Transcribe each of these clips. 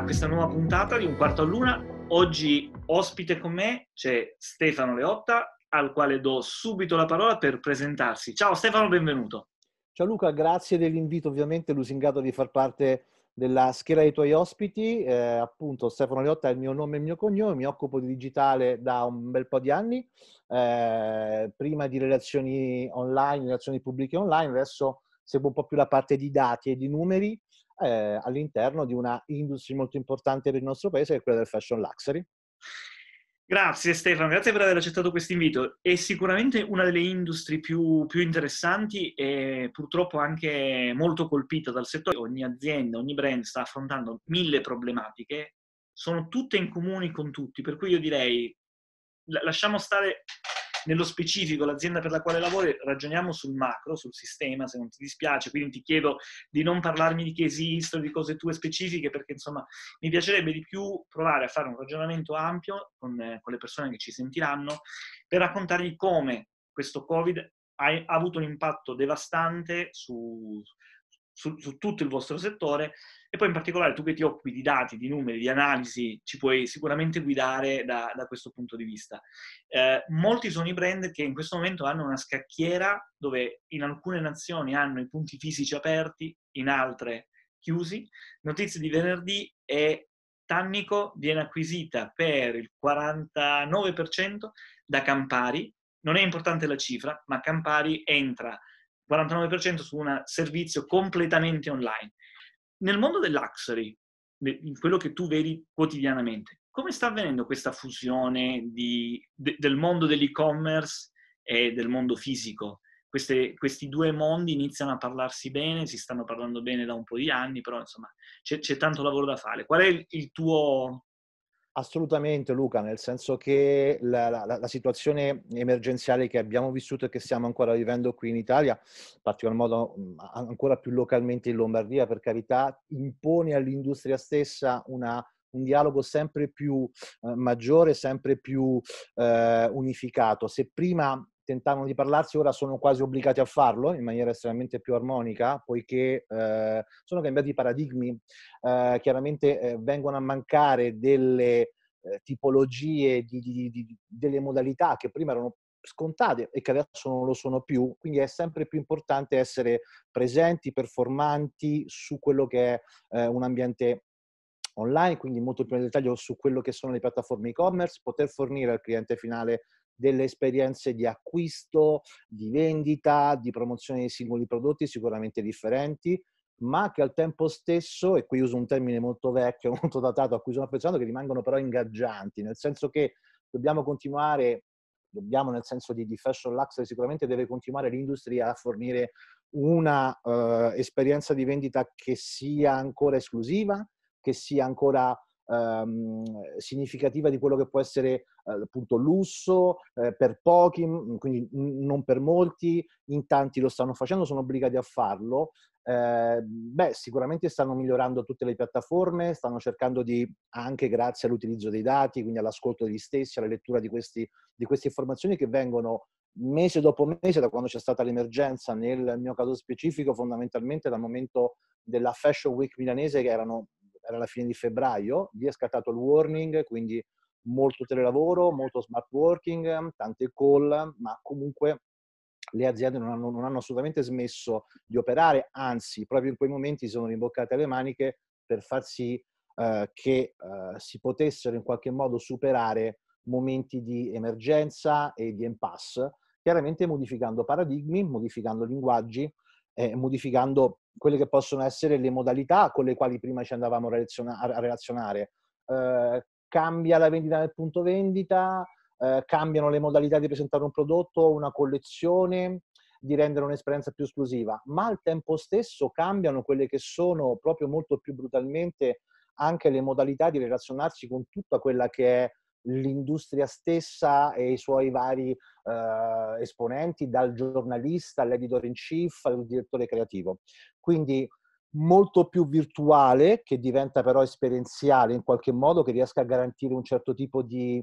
questa nuova puntata di Un Quarto all'Una. Oggi ospite con me c'è Stefano Leotta, al quale do subito la parola per presentarsi. Ciao Stefano, benvenuto. Ciao Luca, grazie dell'invito, ovviamente lusingato di far parte della schiera dei tuoi ospiti. Appunto, Stefano Leotta è il mio nome e il mio cognome, mi occupo di digitale da un bel po' di anni, prima di relazioni online, relazioni pubbliche online, adesso seguo un po' più la parte di dati e di numeri all'interno di una industria molto importante per il nostro paese, che è quella del fashion luxury. Grazie Stefano, grazie per aver accettato questo invito. È sicuramente una delle industrie più interessanti e purtroppo anche molto colpita dal settore. Ogni azienda, ogni brand sta affrontando mille problematiche, sono tutte in comune con tutti, per cui io direi lasciamo stare nello specifico l'azienda per la quale lavori, ragioniamo sul macro, sul sistema, se non ti dispiace, quindi ti chiedo di non parlarmi di che esistono, di cose tue specifiche, perché insomma mi piacerebbe di più provare a fare un ragionamento ampio con le persone che ci sentiranno per raccontargli come questo Covid ha avuto un impatto devastante su tutto il vostro settore e poi in particolare tu che ti occupi di dati, di numeri, di analisi, ci puoi sicuramente guidare da questo punto di vista. Molti sono i brand che in questo momento hanno una scacchiera dove in alcune nazioni hanno i punti fisici aperti, in altre chiusi. Notizie di venerdì e Tannico viene acquisita per il 49% da Campari. Non è importante la cifra, ma Campari entra 49% su un servizio completamente online. Nel mondo del luxury, quello che tu vedi quotidianamente, come sta avvenendo questa fusione del mondo dell'e-commerce e del mondo fisico? Questi due mondi iniziano a parlarsi bene, si stanno parlando bene da un po' di anni, però insomma c'è tanto lavoro da fare. Qual è il tuo... Assolutamente Luca, nel senso che la situazione emergenziale che abbiamo vissuto e che stiamo ancora vivendo qui in Italia, in particolar modo ancora più localmente in Lombardia, per carità, impone all'industria stessa un dialogo sempre più maggiore, sempre più unificato. Se prima tentavano di parlarsi, ora sono quasi obbligati a farlo in maniera estremamente più armonica, poiché sono cambiati i paradigmi. Chiaramente vengono a mancare delle tipologie delle modalità che prima erano scontate e che adesso non lo sono più, quindi è sempre più importante essere presenti, performanti su quello che è un ambiente online, quindi molto più nel dettaglio su quello che sono le piattaforme e-commerce, poter fornire al cliente finale delle esperienze di acquisto, di vendita, di promozione dei singoli prodotti sicuramente differenti, ma che al tempo stesso, e qui uso un termine molto vecchio, molto datato, a cui sono affezionato, che rimangono però ingaggianti, nel senso che dobbiamo nel senso di fashion luxury, sicuramente deve continuare l'industria a fornire una esperienza di vendita che sia ancora esclusiva, che sia ancora significativa di quello che può essere appunto lusso per pochi, quindi non per molti, in tanti lo stanno facendo, sono obbligati a farlo. Sicuramente stanno migliorando tutte le piattaforme, stanno cercando di, anche grazie all'utilizzo dei dati, quindi all'ascolto degli stessi, alla lettura di queste informazioni che vengono mese dopo mese, da quando c'è stata l'emergenza, nel mio caso specifico, fondamentalmente dal momento della Fashion Week milanese, che era la fine di febbraio, lì è scattato il warning, quindi molto telelavoro, molto smart working, tante call, ma comunque le aziende non hanno assolutamente smesso di operare, anzi, proprio in quei momenti si sono rimboccate le maniche per far sì che si potessero in qualche modo superare momenti di emergenza e di impasse, chiaramente modificando paradigmi, modificando linguaggi, modificando quelle che possono essere le modalità con le quali prima ci andavamo a relazionare. Cambia la vendita nel punto vendita, cambiano le modalità di presentare un prodotto, una collezione, di rendere un'esperienza più esclusiva, ma al tempo stesso cambiano quelle che sono proprio molto più brutalmente anche le modalità di relazionarsi con tutta quella che è l'industria stessa e i suoi vari esponenti, dal giornalista all'editor in chief al direttore creativo. Quindi molto più virtuale, che diventa però esperienziale in qualche modo, che riesca a garantire un certo tipo di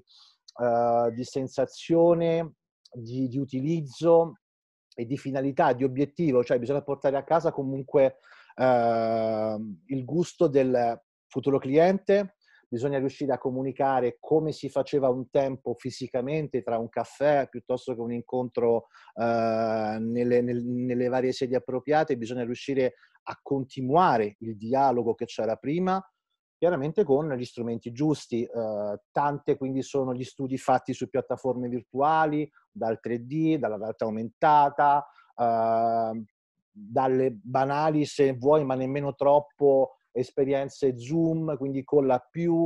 sensazione, di utilizzo e di finalità, di obiettivo, cioè bisogna portare a casa comunque il gusto del futuro cliente, bisogna riuscire a comunicare come si faceva un tempo fisicamente tra un caffè piuttosto che un incontro nelle varie sedi appropriate, bisogna riuscire a continuare il dialogo che c'era prima, chiaramente con gli strumenti giusti. Tante quindi sono gli studi fatti su piattaforme virtuali, dal 3D, dalla realtà aumentata, dalle banali, se vuoi, ma nemmeno troppo, esperienze Zoom, quindi con la più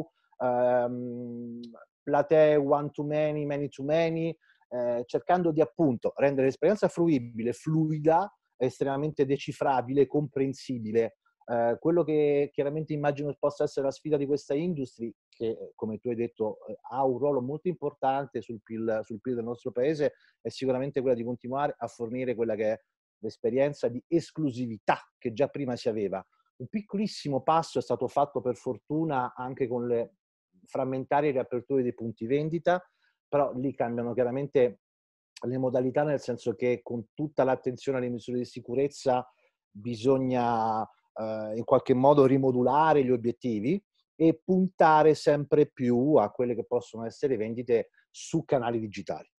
platee one to many, many to many, cercando di appunto rendere l'esperienza fruibile, fluida, estremamente decifrabile, comprensibile. Quello che chiaramente immagino possa essere la sfida di questa industry, che come tu hai detto ha un ruolo molto importante sul PIL del nostro paese, è sicuramente quella di continuare a fornire quella che è l'esperienza di esclusività che già prima si aveva. Un piccolissimo passo è stato fatto per fortuna anche con le frammentarie riaperture dei punti vendita, però lì cambiano chiaramente le modalità, nel senso che con tutta l'attenzione alle misure di sicurezza bisogna in qualche modo rimodulare gli obiettivi e puntare sempre più a quelle che possono essere vendite su canali digitali.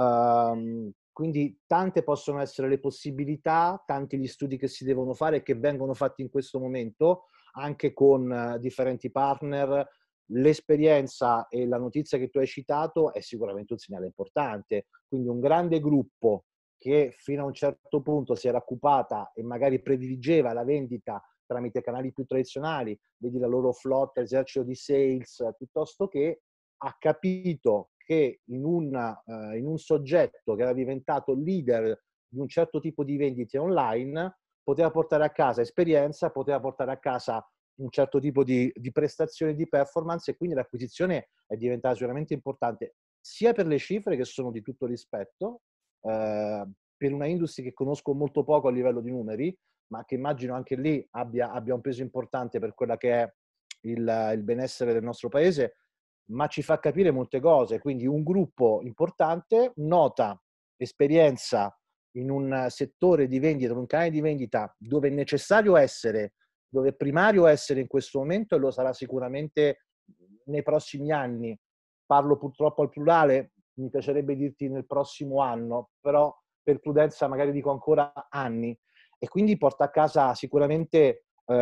Quindi tante possono essere le possibilità, tanti gli studi che si devono fare e che vengono fatti in questo momento, anche con differenti partner. L'esperienza e la notizia che tu hai citato è sicuramente un segnale importante. Quindi un grande gruppo che fino a un certo punto si era occupata e magari prediligeva la vendita tramite canali più tradizionali, vedi la loro flotta, esercito di sales, piuttosto che ha capito che in un soggetto che era diventato leader di un certo tipo di vendite online, poteva portare a casa esperienza, poteva portare a casa un certo tipo di prestazioni di performance, e quindi l'acquisizione è diventata sicuramente importante, sia per le cifre che sono di tutto rispetto, per una industria che conosco molto poco a livello di numeri, ma che immagino anche lì abbia un peso importante per quella che è il benessere del nostro paese, ma ci fa capire molte cose. Quindi un gruppo importante nota esperienza in un settore di vendita, in un canale di vendita dove è necessario essere, dove è primario essere in questo momento, e lo sarà sicuramente nei prossimi anni. Parlo purtroppo al plurale, mi piacerebbe dirti nel prossimo anno, però per prudenza magari dico ancora anni, e quindi porta a casa sicuramente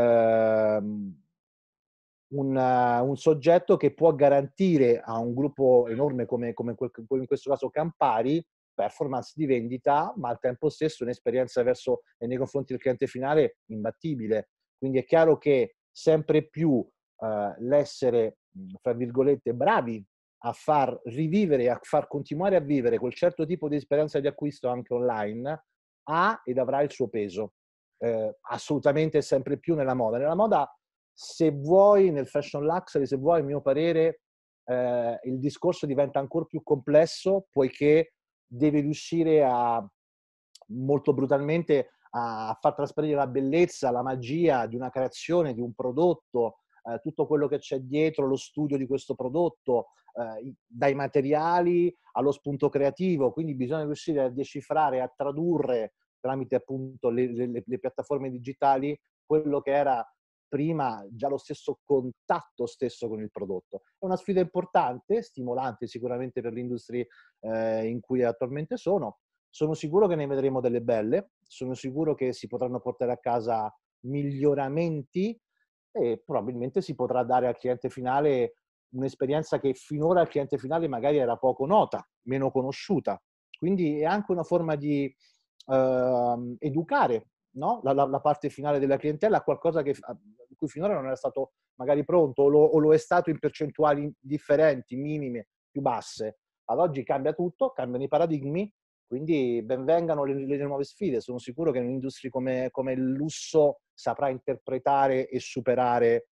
un soggetto che può garantire a un gruppo enorme come in questo caso Campari, performance di vendita, ma al tempo stesso un'esperienza verso e nei confronti del cliente finale imbattibile. Quindi è chiaro che sempre più l'essere, fra virgolette, bravi a far rivivere, a far continuare a vivere quel certo tipo di esperienza di acquisto anche online, ha ed avrà il suo peso. Assolutamente sempre più nella moda. Nella moda, se vuoi, nel fashion luxury, se vuoi, a mio parere, il discorso diventa ancora più complesso, poiché devi riuscire a, molto brutalmente, a far trasparire la bellezza, la magia di una creazione, di un prodotto, tutto quello che c'è dietro lo studio di questo prodotto, dai materiali allo spunto creativo. Quindi bisogna riuscire a decifrare, a tradurre tramite appunto le piattaforme digitali quello che era prima già lo stesso contatto stesso con il prodotto. È una sfida importante, stimolante sicuramente per l'industria in cui attualmente sono. Sono sicuro che ne vedremo delle belle, sono sicuro che si potranno portare a casa miglioramenti e probabilmente si potrà dare al cliente finale un'esperienza che finora al cliente finale magari era poco nota, meno conosciuta. Quindi è anche una forma di educare, no? La parte finale della clientela a qualcosa di cui finora non era stato magari pronto, o lo è stato in percentuali differenti, minime, più basse. Ad oggi cambia tutto, cambiano i paradigmi, quindi ben vengano le nuove sfide. Sono sicuro che un'industria come il lusso saprà interpretare e superare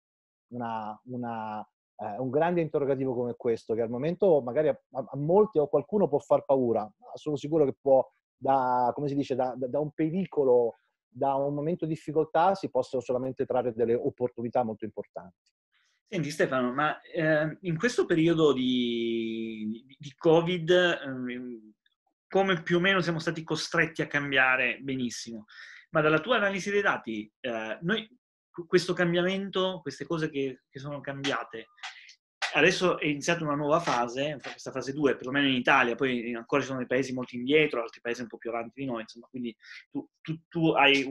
un grande interrogativo come questo, che al momento magari a molti o a qualcuno può far paura, ma sono sicuro che può, come si dice, da un pericolo, da un momento di difficoltà, si possono solamente trarre delle opportunità molto importanti. Senti Stefano, ma in questo periodo di Covid, come più o meno siamo stati costretti a cambiare benissimo, ma dalla tua analisi dei dati, noi questo cambiamento, queste cose che sono cambiate, adesso è iniziata una nuova fase, questa fase 2, perlomeno in Italia, poi ancora ci sono dei paesi molto indietro, altri paesi un po' più avanti di noi, insomma, quindi tu hai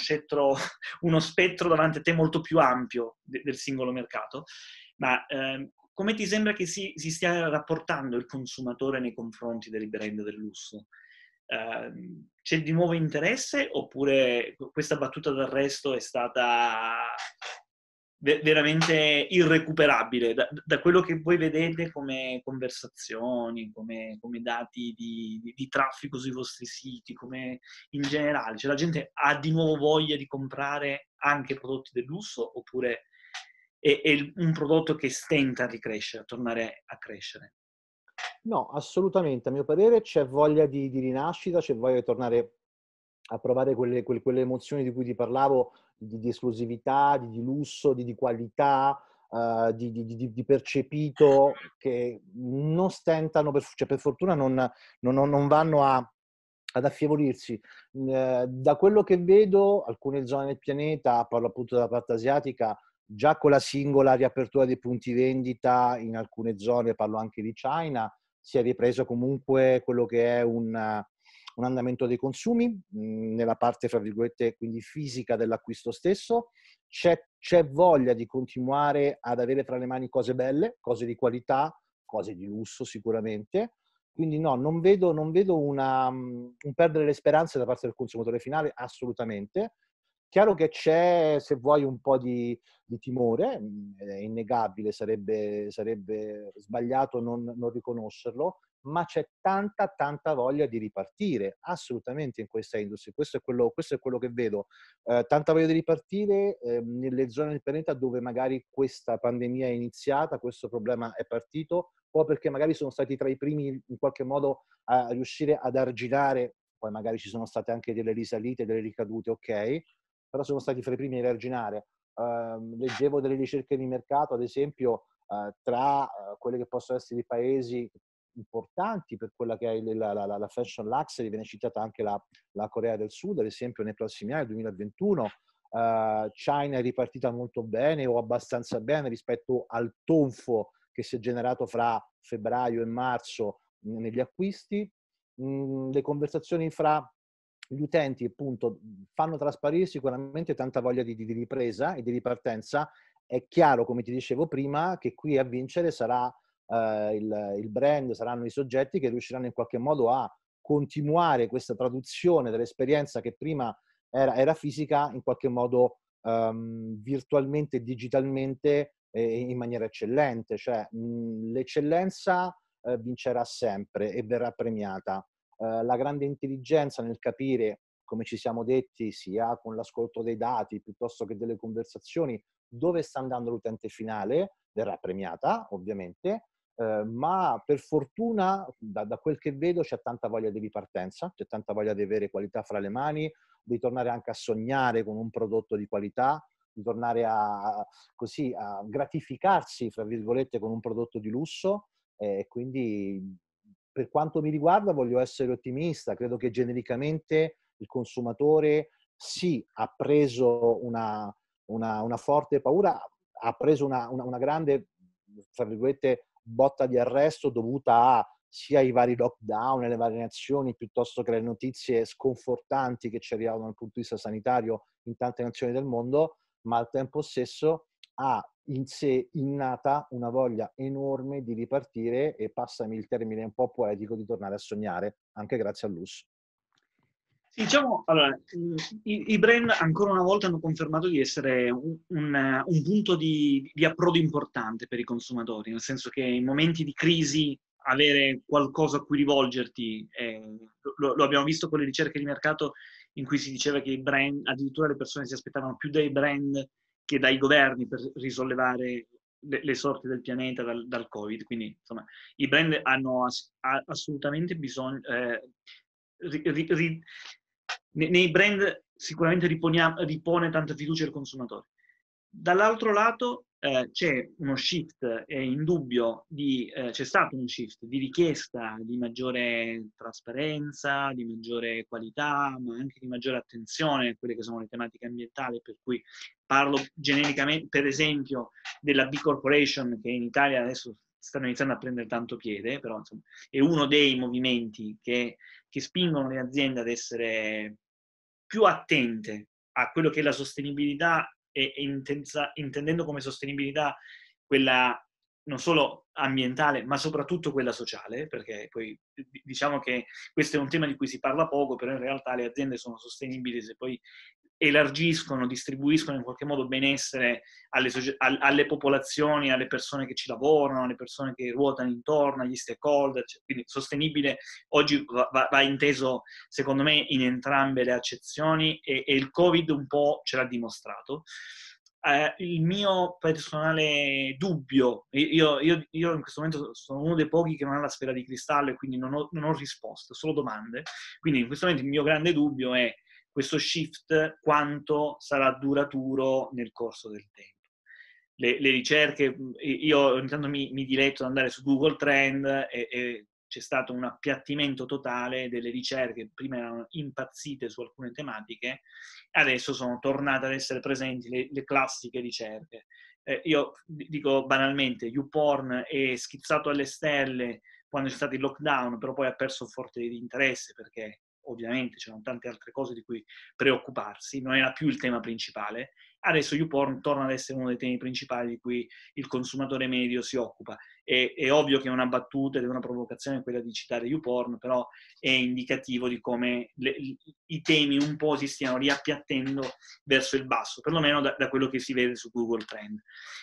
uno spettro davanti a te molto più ampio del singolo mercato, ma come ti sembra che si stia rapportando il consumatore nei confronti dei brand del lusso? C'è di nuovo interesse oppure questa battuta d'arresto è stata veramente irrecuperabile da quello che voi vedete come conversazioni, come dati di traffico sui vostri siti, come in generale? Cioè la gente ha di nuovo voglia di comprare anche prodotti del lusso oppure è un prodotto che stenta a ricrescere, a tornare a crescere? No, assolutamente. A mio parere c'è voglia di rinascita, c'è voglia di tornare a provare quelle emozioni di cui ti parlavo, di esclusività, di lusso, di qualità, di percepito, che non stentano, cioè per fortuna non vanno ad affievolirsi. Da quello che vedo, alcune zone del pianeta, parlo appunto della parte asiatica, già con la singola riapertura dei punti vendita in alcune zone, parlo anche di China, si è ripreso comunque quello che è un andamento dei consumi, nella parte, fra virgolette, quindi fisica dell'acquisto stesso. C'è voglia di continuare ad avere fra le mani cose belle, cose di qualità, cose di lusso sicuramente. Quindi no, non vedo un perdere le speranze da parte del consumatore finale, assolutamente. Chiaro che c'è, se vuoi, un po' di timore, è innegabile, sarebbe sbagliato non riconoscerlo, ma c'è tanta voglia di ripartire, assolutamente, in questa industria. Questo è quello che vedo. Tanta voglia di ripartire nelle zone del pianeta dove magari questa pandemia è iniziata, questo problema è partito, o perché magari sono stati tra i primi in qualche modo a riuscire ad arginare, poi magari ci sono state anche delle risalite, delle ricadute, ok, però sono stati fra i primi a arginare. Leggevo delle ricerche di mercato, ad esempio, tra quelle che possono essere i paesi importanti per quella che è la fashion luxury, viene citata anche la Corea del Sud, ad esempio, nei prossimi anni, 2021. China è ripartita molto bene o abbastanza bene rispetto al tonfo che si è generato fra febbraio e marzo negli acquisti. Le conversazioni fra gli utenti, appunto, fanno trasparire sicuramente tanta voglia di ripresa e di ripartenza. È chiaro, come ti dicevo prima, che qui a vincere sarà il brand, saranno i soggetti che riusciranno in qualche modo a continuare questa traduzione dell'esperienza che prima era fisica, in qualche modo virtualmente, digitalmente, in maniera eccellente. Cioè l'eccellenza vincerà sempre e verrà premiata. La grande intelligenza nel capire, come ci siamo detti, sia con l'ascolto dei dati piuttosto che delle conversazioni, dove sta andando l'utente finale, verrà premiata, ovviamente, ma per fortuna, da quel che vedo, c'è tanta voglia di ripartenza, c'è tanta voglia di avere qualità fra le mani, di tornare anche a sognare con un prodotto di qualità, di tornare così, a gratificarsi, fra virgolette, con un prodotto di lusso. Quindi, per quanto mi riguarda, voglio essere ottimista. Credo che genericamente il consumatore sì, ha preso una forte paura, ha preso una grande, tra virgolette, botta di arresto dovuta sia ai vari lockdown e alle varie nazioni, piuttosto che alle notizie sconfortanti che ci arrivavano dal punto di vista sanitario in tante nazioni del mondo, ma al tempo stesso ha in sé innata una voglia enorme di ripartire e, passami il termine un po' poetico, di tornare a sognare, anche grazie al lusso. Diciamo, allora, i brand ancora una volta hanno confermato di essere un punto di approdo importante per i consumatori, nel senso che in momenti di crisi avere qualcosa a cui rivolgerti, lo abbiamo visto con le ricerche di mercato in cui si diceva che i brand, addirittura le persone si aspettavano più dai brand che dai governi per risollevare le sorti del pianeta dal Covid. Quindi, insomma, i brand hanno assolutamente bisogno... nei brand sicuramente ripone tanta fiducia il consumatore. Dall'altro lato, c'è uno shift, è indubbio, c'è stato un shift di richiesta di maggiore trasparenza, di maggiore qualità, ma anche di maggiore attenzione a quelle che sono le tematiche ambientali, per cui parlo genericamente, per esempio, della B Corporation, che in Italia adesso stanno iniziando a prendere tanto piede, però insomma, è uno dei movimenti che spingono le aziende ad essere più attente a quello che è la sostenibilità e intendendo come sostenibilità quella non solo ambientale, ma soprattutto quella sociale, perché poi diciamo che questo è un tema di cui si parla poco, però in realtà le aziende sono sostenibili se poi elargiscono, distribuiscono in qualche modo benessere alle popolazioni, alle persone che ci lavorano, alle persone che ruotano intorno, agli stakeholder. Quindi sostenibile oggi va inteso, secondo me, in entrambe le accezioni e il Covid un po' ce l'ha dimostrato. Il mio personale dubbio, io in questo momento sono uno dei pochi che non ha la sfera di cristallo e quindi non ho risposte, solo domande, quindi in questo momento il mio grande dubbio è questo shift quanto sarà duraturo nel corso del tempo. Le ricerche, io ogni tanto mi diletto ad andare su Google Trend e c'è stato un appiattimento totale delle ricerche, prima erano impazzite su alcune tematiche, adesso sono tornate ad essere presenti le classiche ricerche. Io dico banalmente, YouPorn è schizzato alle stelle quando c'è stato il lockdown, però poi ha perso forte di interesse perché ovviamente c'erano tante altre cose di cui preoccuparsi, non era più il tema principale. Adesso YouPorn torna ad essere uno dei temi principali di cui il consumatore medio si occupa. È ovvio che è una battuta ed è una provocazione quella di citare YouPorn, però è indicativo di come i temi un po' si stiano riappiattendo verso il basso, perlomeno da quello che si vede su Google Trend.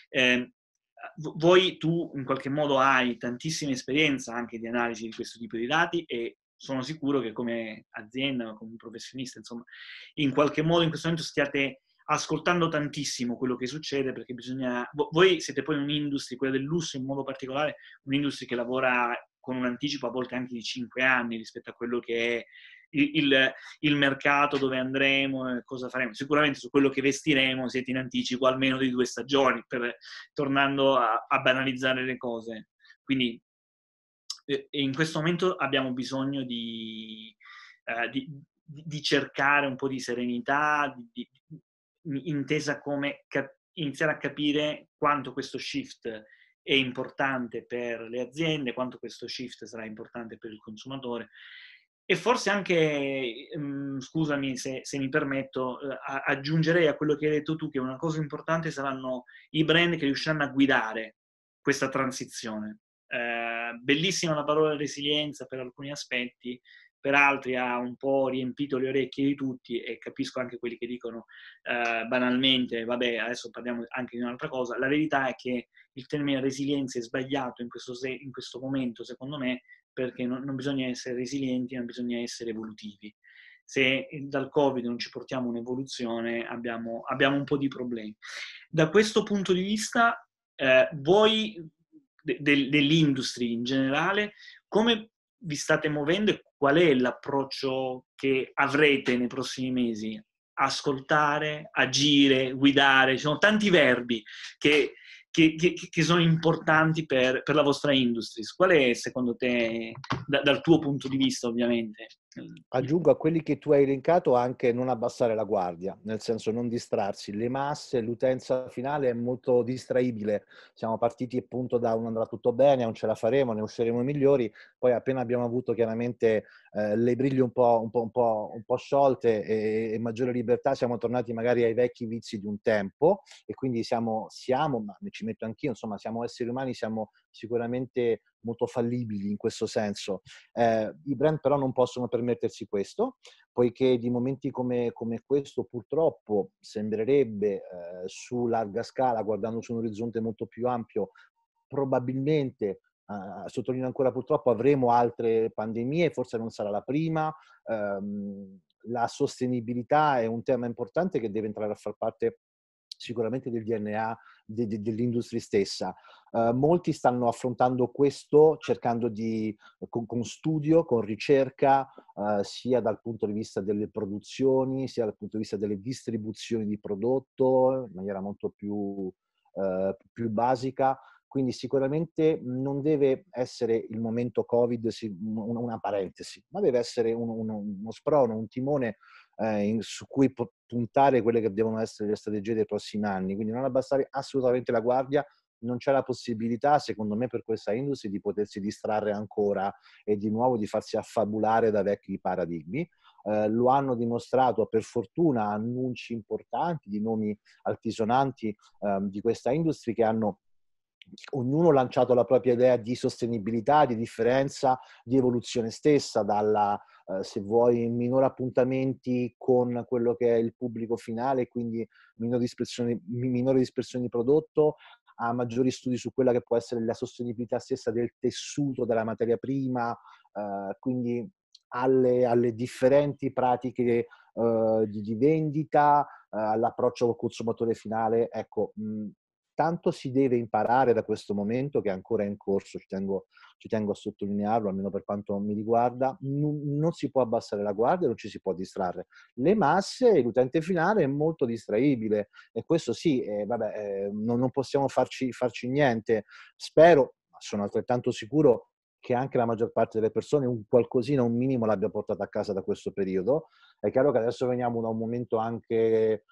Tu in qualche modo hai tantissima esperienza anche di analisi di questo tipo di dati e sono sicuro che come azienda, come professionista, insomma, in qualche modo in questo momento stiate ascoltando tantissimo quello che succede, perché voi siete poi un'industria, quella del lusso in modo particolare, un'industria che lavora con un anticipo a volte anche di 5 anni rispetto a quello che è il mercato, dove andremo e cosa faremo. Sicuramente su quello che vestiremo siete in anticipo almeno di 2 stagioni, tornando a banalizzare le cose. Quindi in questo momento abbiamo bisogno di cercare un po' di serenità, intesa come iniziare a capire quanto questo shift è importante per le aziende, quanto questo shift sarà importante per il consumatore. E forse anche, scusami se mi permetto, aggiungerei a quello che hai detto tu che una cosa importante saranno i brand che riusciranno a guidare questa transizione. Bellissima la parola resilienza per alcuni aspetti, per altri ha un po' riempito le orecchie di tutti e capisco anche quelli che dicono banalmente, vabbè, adesso parliamo anche di un'altra cosa. La verità è che il termine resilienza è sbagliato in questo momento, secondo me, perché non bisogna essere resilienti, ma bisogna essere evolutivi. Se dal Covid non ci portiamo un'evoluzione, abbiamo un po' di problemi. Da questo punto di vista, voi dell'industria in generale, come vi state muovendo e qual è l'approccio che avrete nei prossimi mesi? Ascoltare, agire, guidare, ci sono tanti verbi che sono importanti per la vostra industria. Qual è, secondo te, dal tuo punto di vista, ovviamente? Aggiungo a quelli che tu hai elencato anche non abbassare la guardia, nel senso non distrarsi. Le masse, l'utenza finale è molto distraibile. Siamo partiti appunto da un andrà tutto bene, non ce la faremo, ne usciremo migliori. Poi appena abbiamo avuto chiaramente le briglie un po' sciolte e maggiore libertà, siamo tornati magari ai vecchi vizi di un tempo e quindi siamo, ma mi ci metto anch'io, insomma, siamo esseri umani, siamo sicuramente molto fallibili in questo senso. I brand però non possono permettersi questo, poiché di momenti come questo purtroppo sembrerebbe su larga scala, guardando su un orizzonte molto più ampio, probabilmente, sottolineo ancora purtroppo, avremo altre pandemie, forse non sarà la prima. La sostenibilità è un tema importante che deve entrare a far parte sicuramente del DNA dell'industria stessa. Molti stanno affrontando questo cercando con studio, con ricerca, sia dal punto di vista delle produzioni, sia dal punto di vista delle distribuzioni di prodotto, in maniera molto più più basica. Quindi sicuramente non deve essere il momento Covid una parentesi, ma deve essere uno sprono, un timone su cui puntare quelle che devono essere le strategie dei prossimi anni. Quindi non abbassare assolutamente la guardia. Non c'è la possibilità, secondo me, per questa industria di potersi distrarre ancora e di nuovo di farsi affabulare da vecchi paradigmi. Lo hanno dimostrato, per fortuna, annunci importanti di nomi altisonanti di questa industria che hanno ognuno lanciato la propria idea di sostenibilità, di differenza, di evoluzione stessa, dalla, se vuoi, minori appuntamenti con quello che è il pubblico finale, quindi minore dispersione di prodotto, a maggiori studi su quella che può essere la sostenibilità stessa del tessuto, della materia prima, quindi alle differenti pratiche di vendita, all'approccio col consumatore finale. Ecco, tanto si deve imparare da questo momento che ancora è in corso, ci tengo a sottolinearlo, almeno per quanto mi riguarda. Non si può abbassare la guardia, non ci si può distrarre. Le masse, l'utente finale è molto distraibile e questo sì, non possiamo farci niente. Spero, ma sono altrettanto sicuro, che anche la maggior parte delle persone un qualcosina, un minimo l'abbia portato a casa da questo periodo. È chiaro che adesso veniamo da un momento anche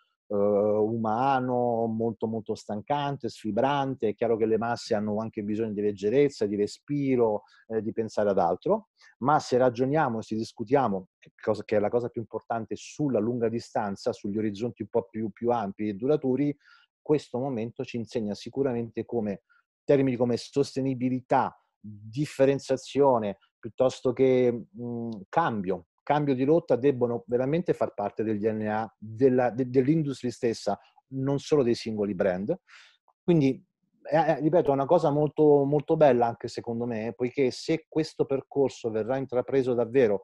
umano, molto molto stancante, sfibrante. È chiaro che le masse hanno anche bisogno di leggerezza, di respiro, di pensare ad altro, ma se ragioniamo e se discutiamo, che è la cosa più importante, sulla lunga distanza, sugli orizzonti un po' più ampi e duraturi, questo momento ci insegna sicuramente come termini come sostenibilità, differenziazione, piuttosto che cambio di rotta, debbono veramente far parte del DNA dell'industria stessa, non solo dei singoli brand. Quindi, ripeto, è una cosa molto, molto bella anche secondo me, poiché se questo percorso verrà intrapreso davvero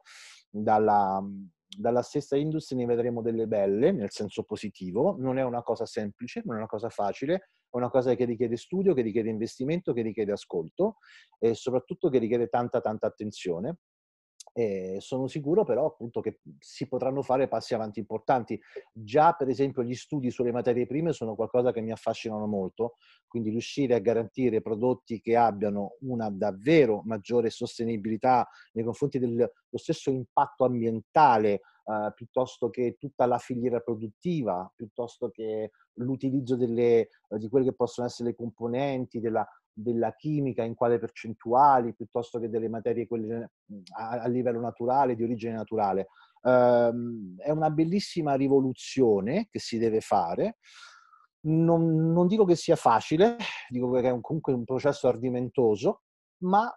dalla stessa industria, ne vedremo delle belle, nel senso positivo. Non è una cosa semplice, non è una cosa facile, è una cosa che richiede studio, che richiede investimento, che richiede ascolto e soprattutto che richiede tanta, tanta attenzione. Sono sicuro però appunto che si potranno fare passi avanti importanti. Già per esempio gli studi sulle materie prime sono qualcosa che mi affascinano molto, quindi riuscire a garantire prodotti che abbiano una davvero maggiore sostenibilità nei confronti dello stesso impatto ambientale, piuttosto che tutta la filiera produttiva, piuttosto che l'utilizzo di quelle che possono essere le componenti della chimica in quale percentuali, piuttosto che delle materie quelle a livello naturale, di origine naturale. È una bellissima rivoluzione che si deve fare. Non dico che sia facile, dico che è comunque un processo ardimentoso, ma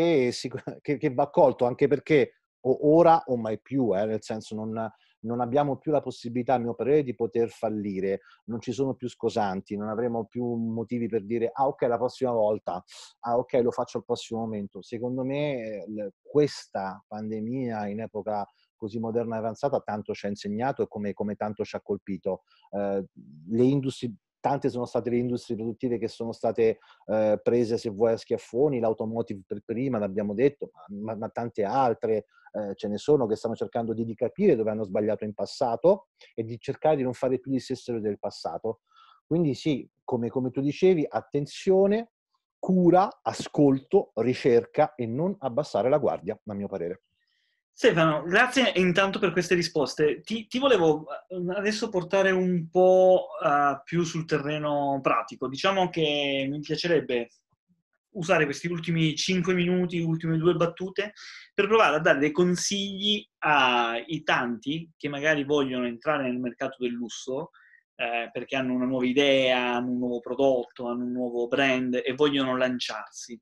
che va colto, anche perché ora o mai più, nel senso non abbiamo più la possibilità, a mio parere, di poter fallire. Non ci sono più scosanti, non avremo più motivi per dire ah ok la prossima volta, ah ok lo faccio al prossimo momento. Secondo me questa pandemia in epoca così moderna e avanzata tanto ci ha insegnato e come tanto ci ha colpito. Le industrie, tante sono state le industrie produttive che sono state prese, se vuoi, a schiaffoni, l'automotive per prima, l'abbiamo detto, ma tante altre ce ne sono che stanno cercando di capire dove hanno sbagliato in passato e di cercare di non fare più gli stessi errori del passato. Quindi sì, come tu dicevi, attenzione, cura, ascolto, ricerca e non abbassare la guardia, a mio parere. Stefano, grazie intanto per queste risposte. Ti volevo adesso portare un po' più sul terreno pratico. Diciamo che mi piacerebbe usare questi ultimi 5 minuti, ultime 2 battute, per provare a dare dei consigli ai tanti che magari vogliono entrare nel mercato del lusso, perché hanno una nuova idea, hanno un nuovo prodotto, hanno un nuovo brand e vogliono lanciarsi.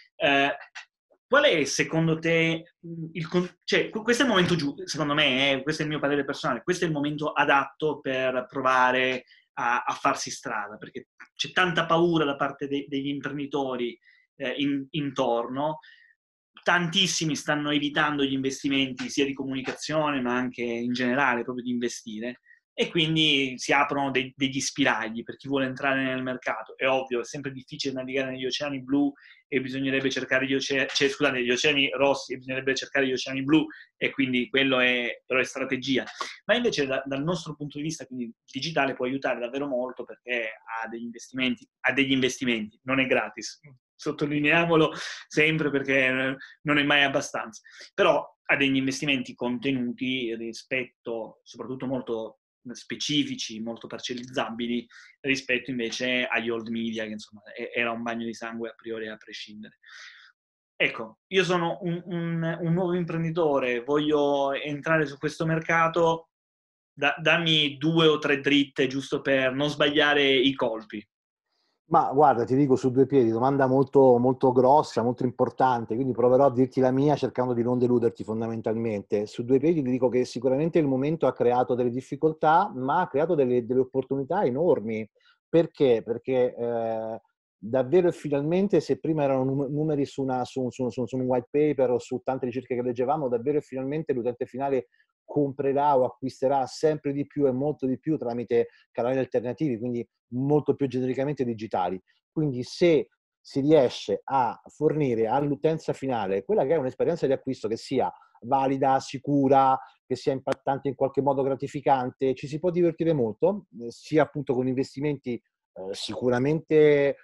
Qual è secondo te cioè, questo è il momento giusto, secondo me, questo è il mio parere personale, questo è il momento adatto per provare a farsi strada, perché c'è tanta paura da parte degli imprenditori intorno, tantissimi stanno evitando gli investimenti sia di comunicazione ma anche in generale proprio di investire. e quindi si aprono degli spiragli per chi vuole entrare nel mercato. È ovvio, è sempre difficile navigare negli oceani blu e bisognerebbe cercare gli oceani rossi e bisognerebbe cercare gli oceani blu, e quindi quello però è strategia. Ma invece dal nostro punto di vista, quindi digitale, può aiutare davvero molto perché ha degli investimenti, non è gratis. Sottolineiamolo sempre perché non è mai abbastanza. Però ha degli investimenti contenuti rispetto, soprattutto molto specifici, molto parcellizzabili, rispetto invece agli old media, che insomma era un bagno di sangue a priori, a prescindere. Ecco, io sono un nuovo imprenditore, voglio entrare su questo mercato, dammi 2 o 3 dritte giusto per non sbagliare i colpi. Ma guarda, ti dico su due piedi, domanda molto, molto grossa, molto importante, quindi proverò a dirti la mia cercando di non deluderti fondamentalmente. Su due piedi ti dico che sicuramente il momento ha creato delle difficoltà, ma ha creato delle opportunità enormi. Perché? Perché davvero e finalmente, se prima erano numeri su un white paper o su tante ricerche che leggevamo, davvero e finalmente l'utente finale comprerà o acquisterà sempre di più e molto di più tramite canali alternativi, quindi molto più genericamente digitali. Quindi se si riesce a fornire all'utenza finale quella che è un'esperienza di acquisto che sia valida, sicura, che sia impattante in qualche modo gratificante, ci si può divertire molto, sia appunto con investimenti sicuramente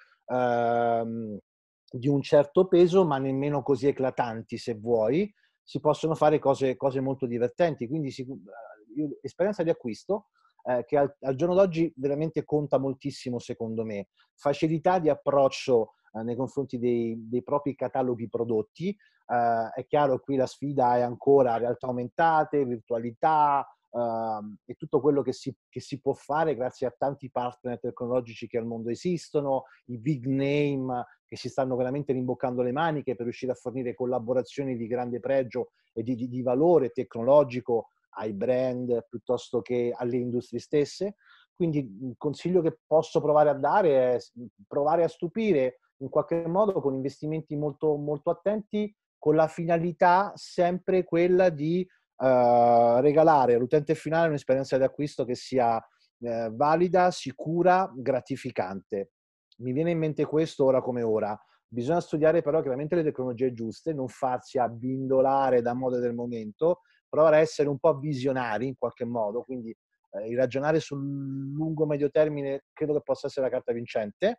di un certo peso, ma nemmeno così eclatanti se vuoi, si possono fare cose molto divertenti. Quindi esperienza di acquisto che al giorno d'oggi veramente conta moltissimo secondo me. Facilità di approccio nei confronti dei propri cataloghi prodotti. È chiaro, qui la sfida è ancora realtà aumentate, virtualità, e tutto quello che si può fare grazie a tanti partner tecnologici che al mondo esistono, i big name che si stanno veramente rimboccando le maniche per riuscire a fornire collaborazioni di grande pregio e di valore tecnologico ai brand piuttosto che alle industrie stesse. Quindi il consiglio che posso provare a dare è provare a stupire in qualche modo con investimenti molto, molto attenti, con la finalità sempre quella di regalare all'utente finale un'esperienza di acquisto che sia valida, sicura, gratificante. Mi viene in mente questo ora come ora. Bisogna studiare però chiaramente le tecnologie giuste, non farsi abbindolare da mode del momento, provare a essere un po' visionari in qualche modo, quindi il ragionare sul lungo-medio termine credo che possa essere la carta vincente,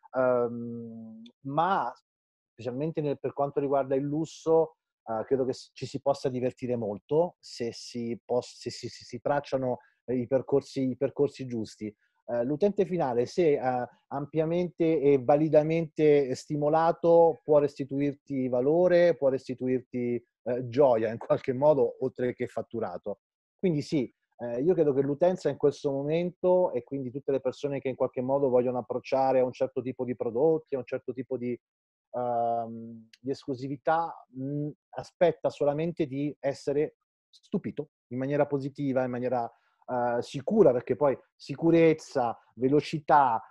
ma specialmente per quanto riguarda il lusso, credo che ci si possa divertire molto se si tracciano i percorsi giusti. L'utente finale, se ampiamente e validamente stimolato, può restituirti valore, può restituirti gioia in qualche modo, oltre che fatturato. Quindi sì, io credo che l'utenza in questo momento, e quindi tutte le persone che in qualche modo vogliono approcciare a un certo tipo di prodotti, a un certo tipo di esclusività, aspetta solamente di essere stupito in maniera positiva, in maniera sicura, perché poi sicurezza, velocità,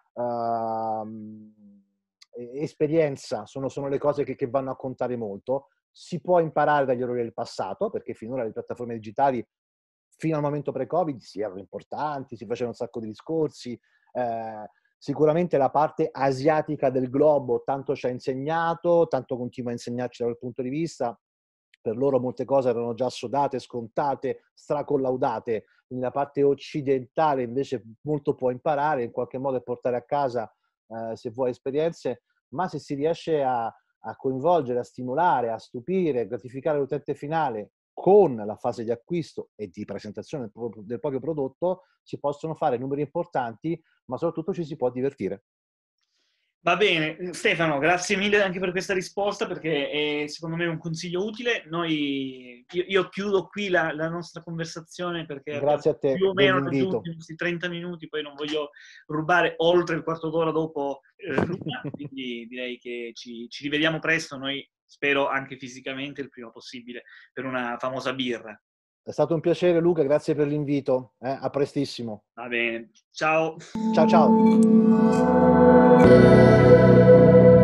esperienza sono le cose che vanno a contare molto. Si può imparare dagli errori del passato, perché finora le piattaforme digitali, fino al momento pre-Covid, si erano importanti, si facevano un sacco di discorsi. Sicuramente la parte asiatica del globo tanto ci ha insegnato, tanto continua a insegnarci dal punto di vista. Per loro molte cose erano già assodate, scontate, stracollaudate. Quindi la parte occidentale invece molto può imparare in qualche modo e portare a casa, se vuoi, esperienze, ma se si riesce a coinvolgere, a stimolare, a stupire, a gratificare l'utente finale con la fase di acquisto e di presentazione del proprio prodotto, si possono fare numeri importanti, ma soprattutto ci si può divertire. Va bene, Stefano, grazie mille anche per questa risposta perché è secondo me un consiglio utile. Io chiudo qui la nostra conversazione perché abbiamo Grazie a te più o meno raggiunto dell'invito. i nostri 30 minuti, poi non voglio rubare oltre il quarto d'ora dopo Luca, quindi direi che ci rivediamo presto, noi spero anche fisicamente il prima possibile per una famosa birra. È stato un piacere Luca, grazie per l'invito. A prestissimo. Va bene, ciao! Ciao ciao.